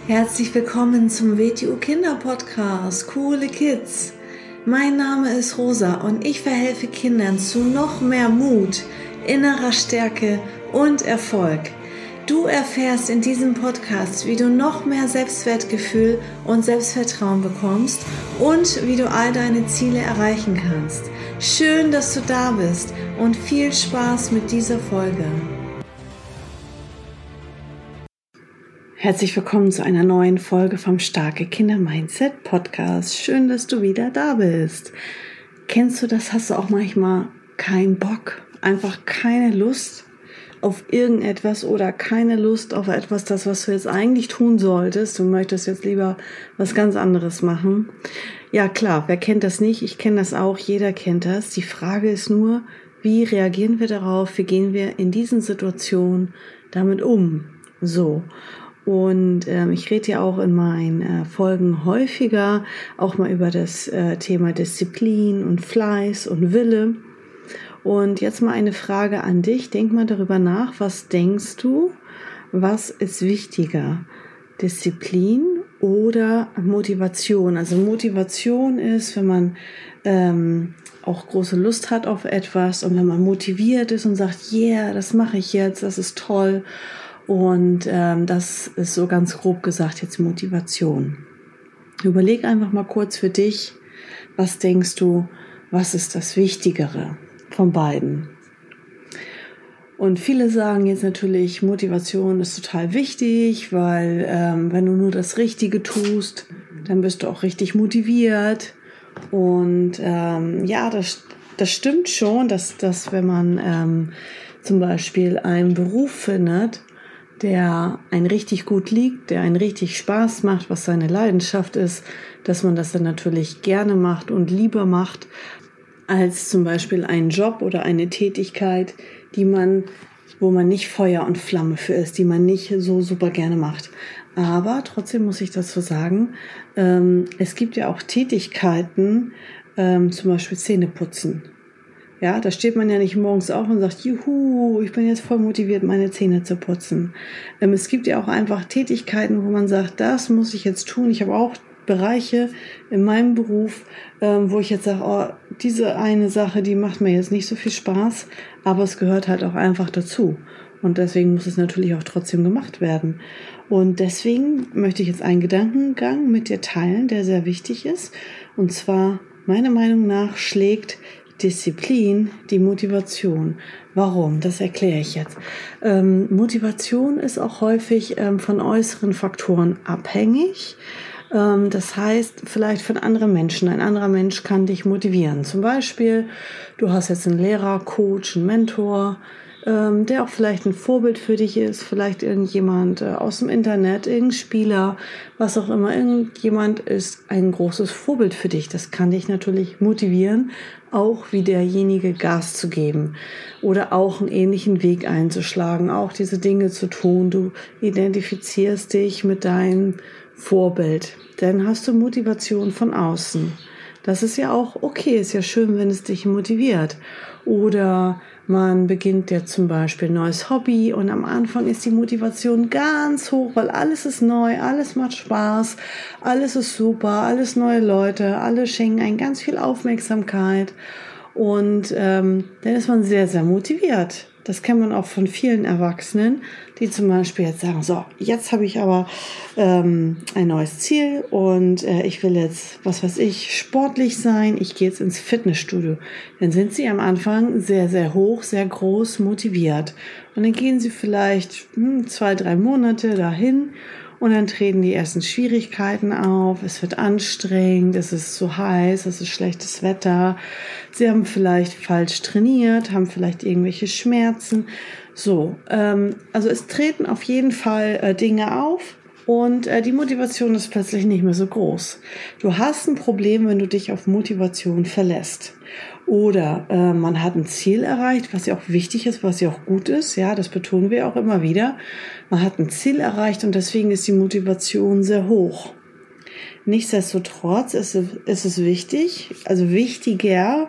Herzlich willkommen zum WTU Kinder Podcast, Coole Kids. Mein Name ist Rosa und ich verhelfe Kindern zu noch mehr Mut, innerer Stärke und Erfolg. Du erfährst in diesem Podcast, wie du noch mehr Selbstwertgefühl und Selbstvertrauen bekommst und wie du all deine Ziele erreichen kannst. Schön, dass du da bist und viel Spaß mit dieser Folge. Herzlich willkommen zu einer neuen Folge vom Starke Kinder Mindset Podcast. Schön, dass du wieder da bist. Kennst du das? Hast du auch manchmal keinen Bock, einfach keine Lust auf irgendetwas oder keine Lust auf etwas, das, was du jetzt eigentlich tun solltest? Du möchtest jetzt lieber was ganz anderes machen. Ja klar, wer kennt das nicht? Ich kenne das auch, jeder kennt das. Die Frage ist nur, wie reagieren wir darauf? Wie gehen wir in diesen Situationen damit um? So. Und ich rede ja auch in meinen Folgen häufiger auch mal über das Thema Disziplin und Fleiß und Wille. Und jetzt mal eine Frage an dich. Denk mal darüber nach, was denkst du, was ist wichtiger? Disziplin oder Motivation? Also Motivation ist, wenn man auch große Lust hat auf etwas und wenn man motiviert ist und sagt, yeah, das mache ich jetzt, das ist toll. Und das ist so ganz grob gesagt jetzt Motivation. Überleg einfach mal kurz für dich, was denkst du, was ist das Wichtigere von beiden? Und viele sagen jetzt natürlich, Motivation ist total wichtig, weil wenn du nur das Richtige tust, dann bist du auch richtig motiviert. Und ja, das stimmt schon, dass wenn man zum Beispiel einen Beruf findet, der einen richtig gut liegt, der einen richtig Spaß macht, was seine Leidenschaft ist, dass man das dann natürlich gerne macht und lieber macht, als zum Beispiel einen Job oder eine Tätigkeit, wo man nicht Feuer und Flamme für ist, die man nicht so super gerne macht. Aber trotzdem muss ich dazu sagen, es gibt ja auch Tätigkeiten, zum Beispiel Zähneputzen. Ja, da steht man ja nicht morgens auf und sagt, juhu, ich bin jetzt voll motiviert, meine Zähne zu putzen. Es gibt ja auch einfach Tätigkeiten, wo man sagt, das muss ich jetzt tun. Ich habe auch Bereiche in meinem Beruf, wo ich jetzt sage, oh, diese eine Sache, die macht mir jetzt nicht so viel Spaß, aber es gehört halt auch einfach dazu. Und deswegen muss es natürlich auch trotzdem gemacht werden. Und deswegen möchte ich jetzt einen Gedankengang mit dir teilen, der sehr wichtig ist. Und zwar, meiner Meinung nach, schlägt Disziplin die Motivation. Warum? Das erkläre ich jetzt. Motivation ist auch häufig von äußeren Faktoren abhängig. Das heißt, vielleicht von anderen Menschen. Ein anderer Mensch kann dich motivieren. Zum Beispiel, du hast jetzt einen Lehrer, Coach, einen Mentor, der auch vielleicht ein Vorbild für dich ist, vielleicht irgendjemand aus dem Internet, irgendein Spieler, was auch immer, irgendjemand ist ein großes Vorbild für dich. Das kann dich natürlich motivieren, auch wie derjenige Gas zu geben oder auch einen ähnlichen Weg einzuschlagen, auch diese Dinge zu tun. Du identifizierst dich mit deinem Vorbild, dann hast du Motivation von außen. Das ist ja auch okay, ist ja schön, wenn es dich motiviert. Oder man beginnt ja zum Beispiel ein neues Hobby und am Anfang ist die Motivation ganz hoch, weil alles ist neu, alles macht Spaß, alles ist super, alles neue Leute, alle schenken einen ganz viel Aufmerksamkeit und dann ist man sehr, sehr motiviert. Das kennt man auch von vielen Erwachsenen, die zum Beispiel jetzt sagen, so, jetzt habe ich aber ein neues Ziel und ich will jetzt, was weiß ich, sportlich sein, ich gehe jetzt ins Fitnessstudio. Dann sind sie am Anfang sehr, sehr hoch, sehr groß motiviert. Und dann gehen sie vielleicht 2-3 Monate dahin und dann treten die ersten Schwierigkeiten auf, es wird anstrengend, es ist zu heiß, es ist schlechtes Wetter, sie haben vielleicht falsch trainiert, haben vielleicht irgendwelche Schmerzen. So, also es treten auf jeden Fall Dinge auf und die Motivation ist plötzlich nicht mehr so groß. Du hast ein Problem, wenn du dich auf Motivation verlässt. Oder man hat ein Ziel erreicht, was ja auch wichtig ist, was ja auch gut ist. Ja, das betonen wir auch immer wieder. Man hat ein Ziel erreicht und deswegen ist die Motivation sehr hoch. Nichtsdestotrotz ist es wichtig, also wichtiger,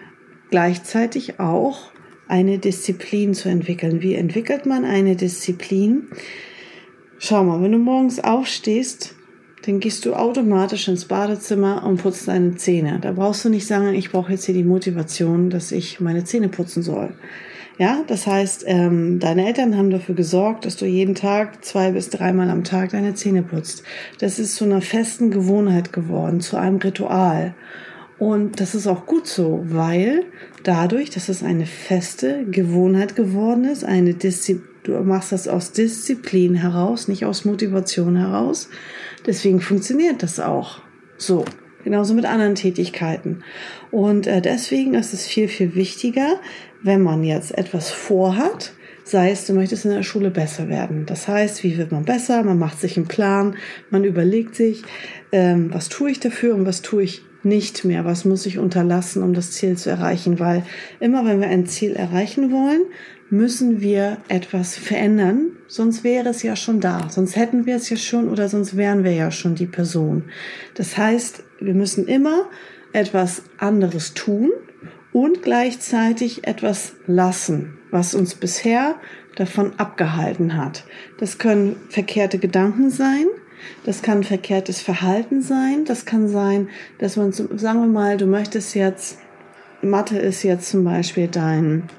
gleichzeitig auch eine Disziplin zu entwickeln. Wie entwickelt man eine Disziplin? Schau mal, wenn du morgens aufstehst, dann gehst du automatisch ins Badezimmer und putzt deine Zähne. Da brauchst du nicht sagen, ich brauche jetzt hier die Motivation, dass ich meine Zähne putzen soll. Ja, das heißt, deine Eltern haben dafür gesorgt, dass du jeden Tag 2 bis 3 Mal am Tag deine Zähne putzt. Das ist zu einer festen Gewohnheit geworden, zu einem Ritual. Und das ist auch gut so, weil dadurch, dass es eine feste Gewohnheit geworden ist, du machst das aus Disziplin heraus, nicht aus Motivation heraus. Deswegen funktioniert das auch so. Genauso mit anderen Tätigkeiten. Und deswegen ist es viel, viel wichtiger, wenn man jetzt etwas vorhat, sei es, du möchtest in der Schule besser werden. Das heißt, wie wird man besser? Man macht sich einen Plan, man überlegt sich, was tue ich dafür und was tue ich nicht mehr, was muss ich unterlassen, um das Ziel zu erreichen. Weil immer, wenn wir ein Ziel erreichen wollen, müssen wir etwas verändern, sonst wäre es ja schon da, sonst hätten wir es ja schon oder sonst wären wir ja schon die Person. Das heißt, wir müssen immer etwas anderes tun und gleichzeitig etwas lassen, was uns bisher davon abgehalten hat. Das können verkehrte Gedanken sein, das kann verkehrtes Verhalten sein, das kann sein, dass man, sagen wir mal, du möchtest jetzt, Mathe ist jetzt zum Beispiel dein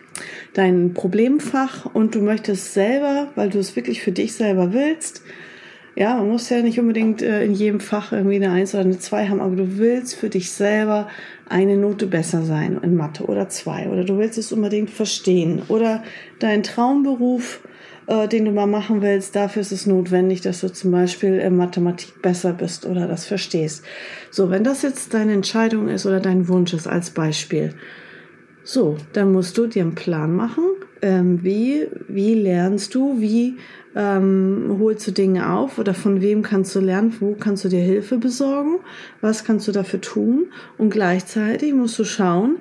Problemfach und du möchtest selber, weil du es wirklich für dich selber willst, ja, man muss ja nicht unbedingt in jedem Fach irgendwie eine 1 oder eine 2 haben, aber du willst für dich selber eine Note besser sein in Mathe oder 2 oder du willst es unbedingt verstehen oder dein Traumberuf, den du mal machen willst, dafür ist es notwendig, dass du zum Beispiel in Mathematik besser bist oder das verstehst. So, wenn das jetzt deine Entscheidung ist oder dein Wunsch ist als Beispiel, so, dann musst du dir einen Plan machen, wie lernst du, wie holst du Dinge auf oder von wem kannst du lernen, wo kannst du dir Hilfe besorgen, was kannst du dafür tun und gleichzeitig musst du schauen,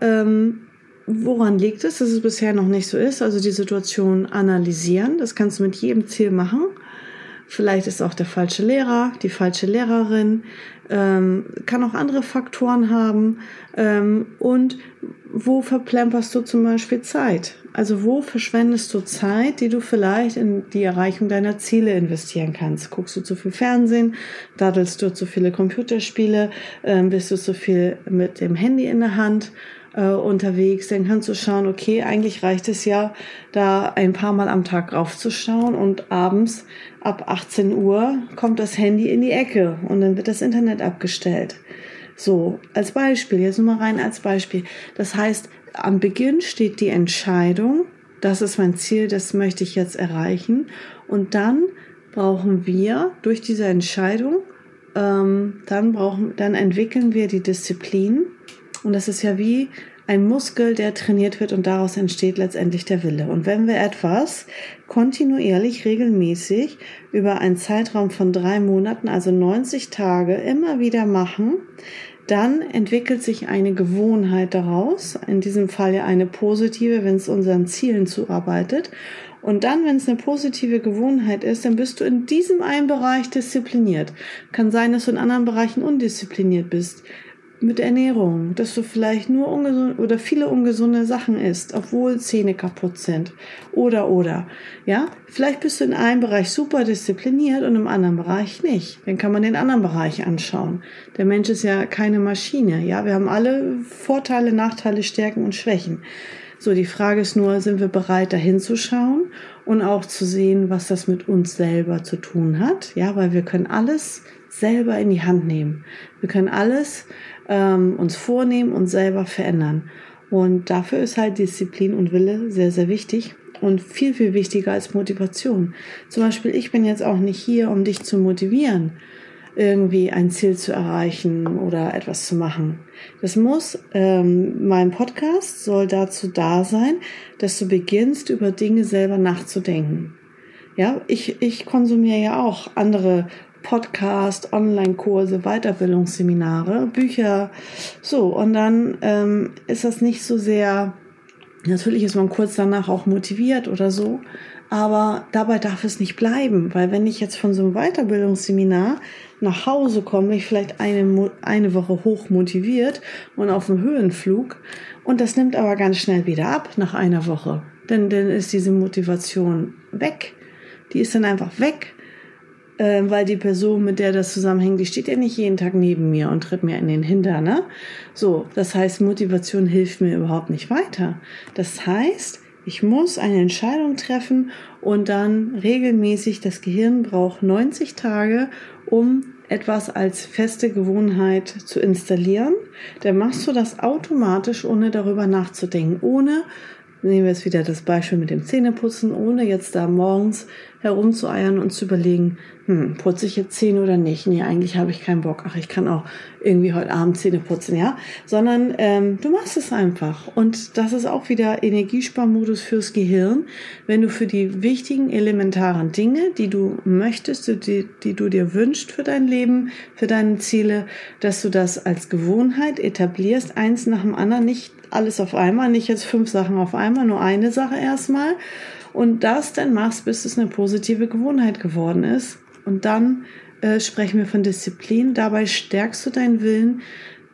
woran liegt es, dass es bisher noch nicht so ist, also die Situation analysieren, das kannst du mit jedem Ziel machen. Vielleicht ist auch der falsche Lehrer, die falsche Lehrerin, kann auch andere Faktoren haben. Und wo verplemperst du zum Beispiel Zeit? Also wo verschwendest du Zeit, die du vielleicht in die Erreichung deiner Ziele investieren kannst? Guckst du zu viel Fernsehen? Daddelst du zu viele Computerspiele? Bist du zu viel mit dem Handy in der Hand unterwegs? Dann kannst du schauen, okay, eigentlich reicht es ja, da ein paar Mal am Tag raufzuschauen und abends ab 18 Uhr kommt das Handy in die Ecke und dann wird das Internet abgestellt. So, als Beispiel, jetzt nur mal rein als Beispiel. Das heißt, am Beginn steht die Entscheidung, das ist mein Ziel, das möchte ich jetzt erreichen. Und dann brauchen wir durch diese Entscheidung, dann entwickeln wir die Disziplin. Und das ist ja wie ein Muskel, der trainiert wird und daraus entsteht letztendlich der Wille. Und wenn wir etwas kontinuierlich, regelmäßig über einen Zeitraum von 3 Monaten, also 90 Tage, immer wieder machen, dann entwickelt sich eine Gewohnheit daraus, in diesem Fall ja eine positive, wenn es unseren Zielen zuarbeitet. Und dann, wenn es eine positive Gewohnheit ist, dann bist du in diesem einen Bereich diszipliniert. Kann sein, dass du in anderen Bereichen undiszipliniert bist. Mit Ernährung, dass du vielleicht nur ungesund oder viele ungesunde Sachen isst, obwohl Zähne kaputt sind. Oder. Ja, vielleicht bist du in einem Bereich super diszipliniert und im anderen Bereich nicht. Dann kann man den anderen Bereich anschauen. Der Mensch ist ja keine Maschine. Ja, wir haben alle Vorteile, Nachteile, Stärken und Schwächen. So, die Frage ist nur, sind wir bereit, da hinzuschauen und auch zu sehen, was das mit uns selber zu tun hat? Ja, weil wir können alles selber in die Hand nehmen. Wir können alles uns vornehmen und selber verändern. Und dafür ist halt Disziplin und Wille sehr, sehr wichtig und viel, viel wichtiger als Motivation. Zum Beispiel, ich bin jetzt auch nicht hier, um dich zu motivieren, irgendwie ein Ziel zu erreichen oder etwas zu machen. Das muss, mein Podcast soll dazu da sein, dass du beginnst, über Dinge selber nachzudenken. Ja, ich konsumiere ja auch andere Podcast, Online-Kurse, Weiterbildungsseminare, Bücher, so, und dann ist das nicht so sehr, natürlich ist man kurz danach auch motiviert oder so, aber dabei darf es nicht bleiben, weil wenn ich jetzt von so einem Weiterbildungsseminar nach Hause komme, bin ich vielleicht eine Woche hoch motiviert und auf dem Höhenflug und das nimmt aber ganz schnell wieder ab nach einer Woche, denn dann ist diese Motivation weg. die ist dann einfach weg, weil die Person, mit der das zusammenhängt, die steht ja nicht jeden Tag neben mir und tritt mir in den Hintern, ne? So, das heißt, Motivation hilft mir überhaupt nicht weiter. Das heißt, ich muss eine Entscheidung treffen und dann regelmäßig, das Gehirn braucht 90 Tage, um etwas als feste Gewohnheit zu installieren. Dann machst du das automatisch, ohne darüber nachzudenken, nehmen wir jetzt wieder das Beispiel mit dem Zähneputzen, ohne jetzt da morgens herumzueiern und zu überlegen, putze ich jetzt Zähne oder nicht? Nee, eigentlich habe ich keinen Bock. Ach, ich kann auch irgendwie heute Abend Zähne putzen, ja? Sondern du machst es einfach. Und das ist auch wieder Energiesparmodus fürs Gehirn. Wenn du für die wichtigen, elementaren Dinge, die du möchtest, die du dir wünschst für dein Leben, für deine Ziele, dass du das als Gewohnheit etablierst, eins nach dem anderen, nicht alles auf einmal, nicht jetzt 5 Sachen auf einmal, nur eine Sache erstmal. Und das dann machst, bis es eine positive Gewohnheit geworden ist. Und dann sprechen wir von Disziplin. Dabei stärkst du deinen Willen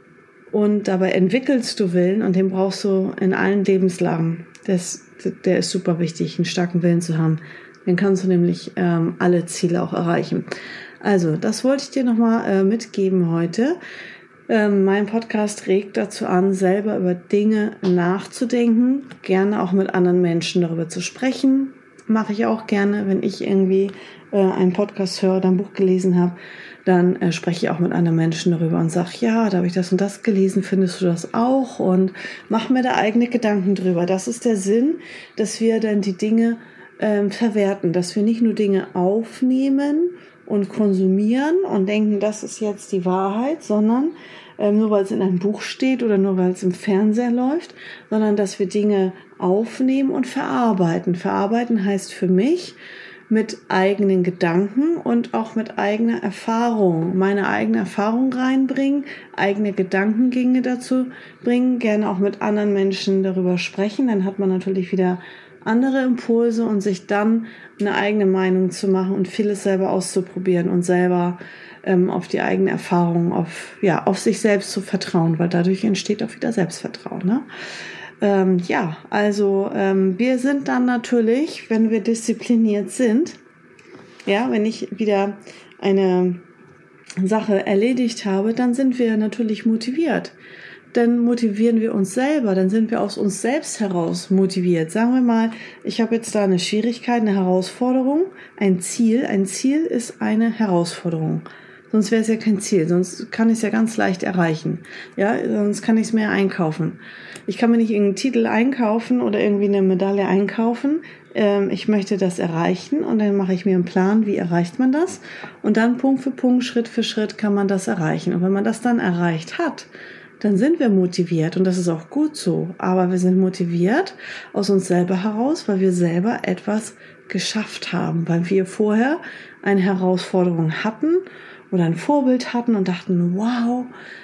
und dabei entwickelst du Willen und den brauchst du in allen Lebenslagen. Der ist super wichtig, einen starken Willen zu haben. Dann kannst du nämlich alle Ziele auch erreichen. Also, das wollte ich dir nochmal mitgeben heute. Mein Podcast regt dazu an, selber über Dinge nachzudenken, gerne auch mit anderen Menschen darüber zu sprechen. Mache ich auch gerne, wenn ich irgendwie einen Podcast höre oder ein Buch gelesen habe, dann spreche ich auch mit anderen Menschen darüber und sage, ja, da habe ich das und das gelesen, findest du das auch? Und mach mir da eigene Gedanken drüber. Das ist der Sinn, dass wir dann die Dinge verwerten, dass wir nicht nur Dinge aufnehmen und konsumieren und denken, das ist jetzt die Wahrheit, sondern nur weil es in einem Buch steht oder nur weil es im Fernseher läuft, sondern dass wir Dinge aufnehmen und verarbeiten. Verarbeiten heißt für mich mit eigenen Gedanken und auch mit eigener Erfahrung, meine eigene Erfahrung reinbringen, eigene Gedankengänge dazu bringen, gerne auch mit anderen Menschen darüber sprechen, dann hat man natürlich wieder andere Impulse und sich dann eine eigene Meinung zu machen und vieles selber auszuprobieren und selber auf die eigene Erfahrung, auf sich selbst zu vertrauen, weil dadurch entsteht auch wieder Selbstvertrauen, ne? Wir sind dann natürlich, wenn wir diszipliniert sind, ja, wenn ich wieder eine Sache erledigt habe, dann sind wir natürlich motiviert. Dann motivieren wir uns selber, dann sind wir aus uns selbst heraus motiviert. Sagen wir mal, ich habe jetzt da eine Schwierigkeit, eine Herausforderung, ein Ziel. Ein Ziel ist eine Herausforderung. Sonst wäre es ja kein Ziel, sonst kann ich es ja ganz leicht erreichen. Ja, sonst kann ich es mir einkaufen. Ich kann mir nicht irgendeinen Titel einkaufen oder irgendwie eine Medaille einkaufen. Ich möchte das erreichen und dann mache ich mir einen Plan, wie erreicht man das? Und dann Punkt für Punkt, Schritt für Schritt kann man das erreichen. Und wenn man das dann erreicht hat, dann sind wir motiviert und das ist auch gut so. Aber wir sind motiviert aus uns selber heraus, weil wir selber etwas geschafft haben, weil wir vorher eine Herausforderung hatten oder ein Vorbild hatten und dachten, wow,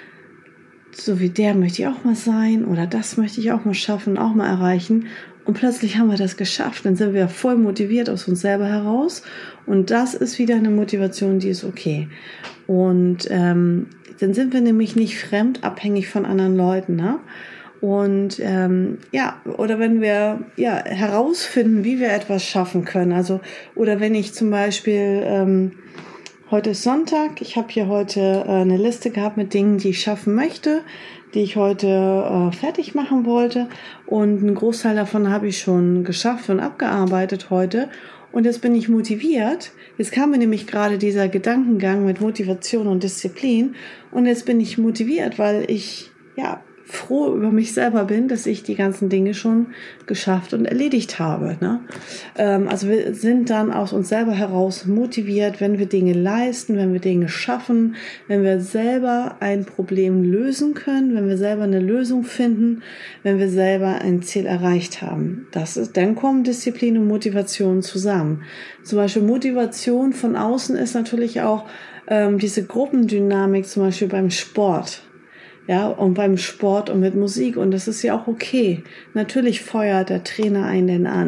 so wie der möchte ich auch mal sein oder das möchte ich auch mal schaffen, auch mal erreichen. Und plötzlich haben wir das geschafft. Dann sind wir voll motiviert aus uns selber heraus. Und das ist wieder eine Motivation, die ist okay. Und dann sind wir nämlich nicht fremdabhängig von anderen Leuten, ne? Und oder wenn wir herausfinden, wie wir etwas schaffen können. Also, oder wenn ich zum Beispiel heute ist Sonntag. Ich habe hier heute eine Liste gehabt mit Dingen, die ich schaffen möchte, die ich heute fertig machen wollte. Und einen Großteil davon habe ich schon geschafft und abgearbeitet heute. Und jetzt bin ich motiviert. Jetzt kam mir nämlich gerade dieser Gedankengang mit Motivation und Disziplin. Und jetzt bin ich motiviert, weil ich froh über mich selber bin, dass ich die ganzen Dinge schon geschafft und erledigt habe, ne? Also wir sind dann aus uns selber heraus motiviert, wenn wir Dinge leisten, wenn wir Dinge schaffen, wenn wir selber ein Problem lösen können, wenn wir selber eine Lösung finden, wenn wir selber ein Ziel erreicht haben. Dann kommen Disziplin und Motivation zusammen. Zum Beispiel Motivation von außen ist natürlich auch diese Gruppendynamik, zum Beispiel beim Sport. Ja, und beim Sport und mit Musik. Und das ist ja auch okay. Natürlich feuert der Trainer einen an.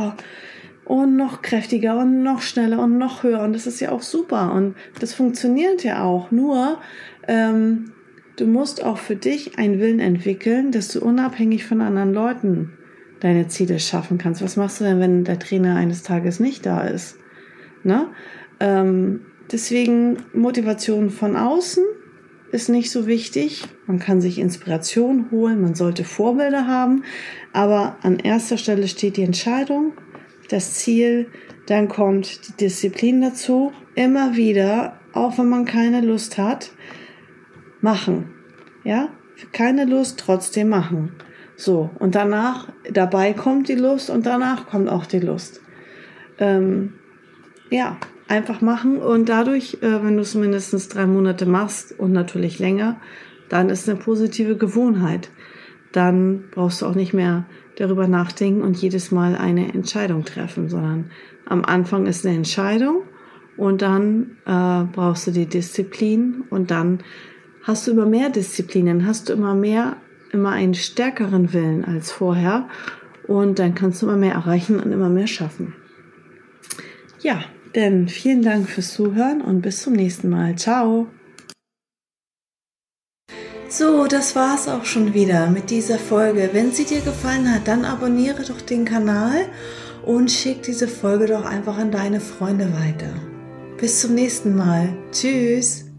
Und noch kräftiger und noch schneller und noch höher. Und das ist ja auch super. Und das funktioniert ja auch. Nur, du musst auch für dich einen Willen entwickeln, dass du unabhängig von anderen Leuten deine Ziele schaffen kannst. Was machst du denn, wenn der Trainer eines Tages nicht da ist? Ne? Deswegen Motivation von außen ist nicht so wichtig. Man kann sich Inspiration holen, man sollte Vorbilder haben, aber an erster Stelle steht die Entscheidung, das Ziel, dann kommt die Disziplin dazu, immer wieder, auch wenn man keine Lust hat, machen. Ja, keine Lust, trotzdem machen. So, und danach, dabei kommt die Lust und danach kommt auch die Lust. Einfach machen und dadurch, wenn du es mindestens 3 Monate machst und natürlich länger, dann ist eine positive Gewohnheit. Dann brauchst du auch nicht mehr darüber nachdenken und jedes Mal eine Entscheidung treffen, sondern am Anfang ist eine Entscheidung und dann brauchst du die Disziplin und dann hast du immer mehr Disziplinen, hast du immer einen stärkeren Willen als vorher und dann kannst du immer mehr erreichen und immer mehr schaffen. Ja, denn vielen Dank fürs Zuhören und bis zum nächsten Mal. Ciao! So, das war's auch schon wieder mit dieser Folge. Wenn sie dir gefallen hat, dann abonniere doch den Kanal und schick diese Folge doch einfach an deine Freunde weiter. Bis zum nächsten Mal. Tschüss!